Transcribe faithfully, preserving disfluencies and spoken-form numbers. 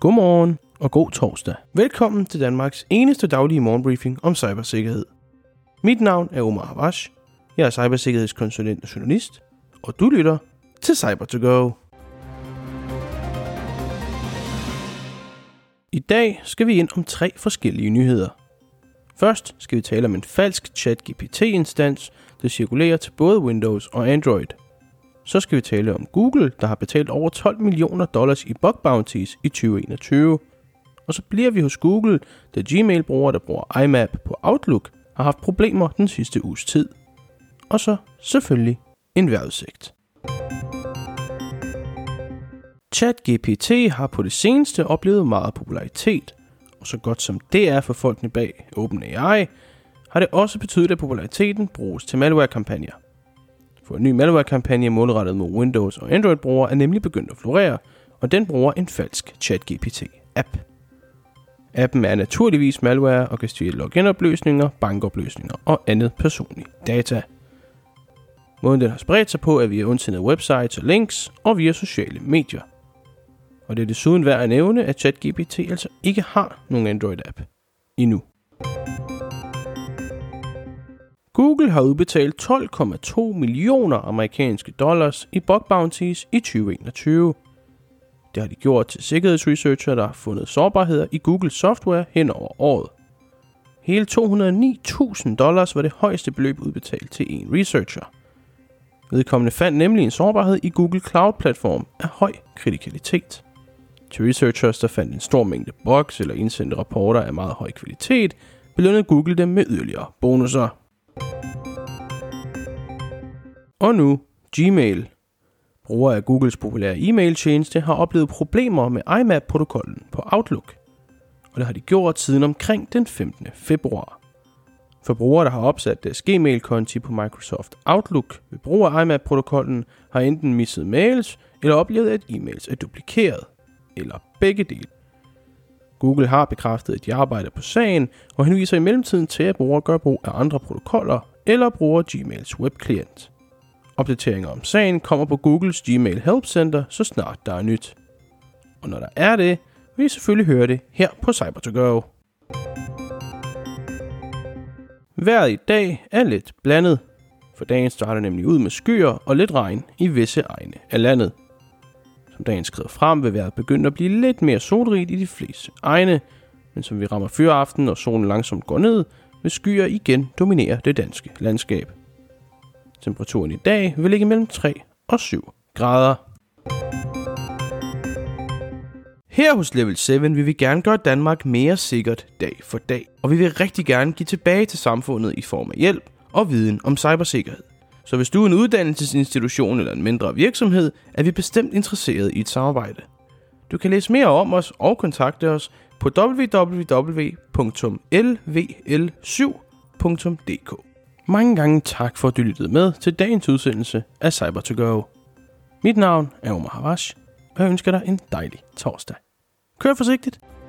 Godmorgen og god torsdag. Velkommen til Danmarks eneste daglige morgenbriefing om cybersikkerhed. Mit navn er Omar Havash. Jeg er cybersikkerhedskonsulent og journalist, og du lytter til Cyber to Go. I dag skal vi ind om tre forskellige nyheder. Først skal vi tale om en falsk ChatGPT-instans, der cirkulerer til både Windows og Android. Så skal vi tale om Google, der har betalt over tolv millioner dollars i bug bounties i tyve enogtyve. Og så bliver vi hos Google, da Gmail-brugere, der bruger I M A P på Outlook, har haft problemer den sidste uges tid. Og så selvfølgelig en vejrudsigt. ChatGPT har på det seneste oplevet meget popularitet, og så godt som det er for folkene bag OpenAI, har det også betydet, at populariteten bruges til malware-kampagner. For en ny malware-kampagne målrettet mod Windows og Android-brugere er nemlig begyndt at florere, og den bruger en falsk ChatGPT-app. Appen er naturligvis malware og kan stjæle login-opløsninger, bankopløsninger og andet personlige data. Måden den har spredt sig på er via ondsindede websites og links og via sociale medier. Og det er desuden værd at nævne, at ChatGPT altså ikke har nogen Android-app endnu. Google har udbetalt tolv komma to millioner amerikanske dollars i bug bounties i tyve enogtyve. Det har de gjort til sikkerhedsresearcher, der har fundet sårbarheder i Googles software hen over året. Hele to hundrede og ni tusind dollars var det højeste beløb udbetalt til en researcher. Vedkommende fandt nemlig en sårbarhed i Google Cloud-platform af høj kritikalitet. Til researchers, der fandt en stor mængde bugs eller indsendte rapporter af meget høj kvalitet, belønnede Google dem med yderligere bonusser. Og nu Gmail. Brugere af Googles populære e-mail-tjeneste har oplevet problemer med I M A P-protokollen på Outlook. Og det har de gjort siden omkring den femtende februar. For brugere, der har opsat deres Gmail-konti på Microsoft Outlook ved brug af I M A P-protokollen, har enten misset mails eller oplevet, at e-mails er duplikeret. Eller begge dele. Google har bekræftet, at de arbejder på sagen, og henviser i mellemtiden til, at brugere gør brug af andre protokoller eller bruger Gmails webklient. Opdateringer om sagen kommer på Googles Gmail Help Center, så snart der er nyt. Og når der er det, vil I selvfølgelig høre det her på Cyber to Go. Vejret i dag er lidt blandet, for dagen starter nemlig ud med skyer og lidt regn i visse egne af landet. Som dagen skrider frem, vil vejret begynde at blive lidt mere solrigt i de fleste egne, men som vi rammer fyraften og solen langsomt går ned, vil skyer igen dominere det danske landskab. Temperaturen i dag vil ligge mellem tre og syv grader. Her hos Level syv vil vi gerne gøre Danmark mere sikkert dag for dag, og vi vil rigtig gerne give tilbage til samfundet i form af hjælp og viden om cybersikkerhed. Så hvis du er en uddannelsesinstitution eller en mindre virksomhed, er vi bestemt interesseret i et samarbejde. Du kan læse mere om os og kontakte os på w w w punktum l v l syv punktum d k. Mange gange tak for at du lyttede med til dagens udsendelse af Cyber to Go. Mit navn er Omar Havash, og jeg ønsker dig en dejlig torsdag. Kør forsigtigt!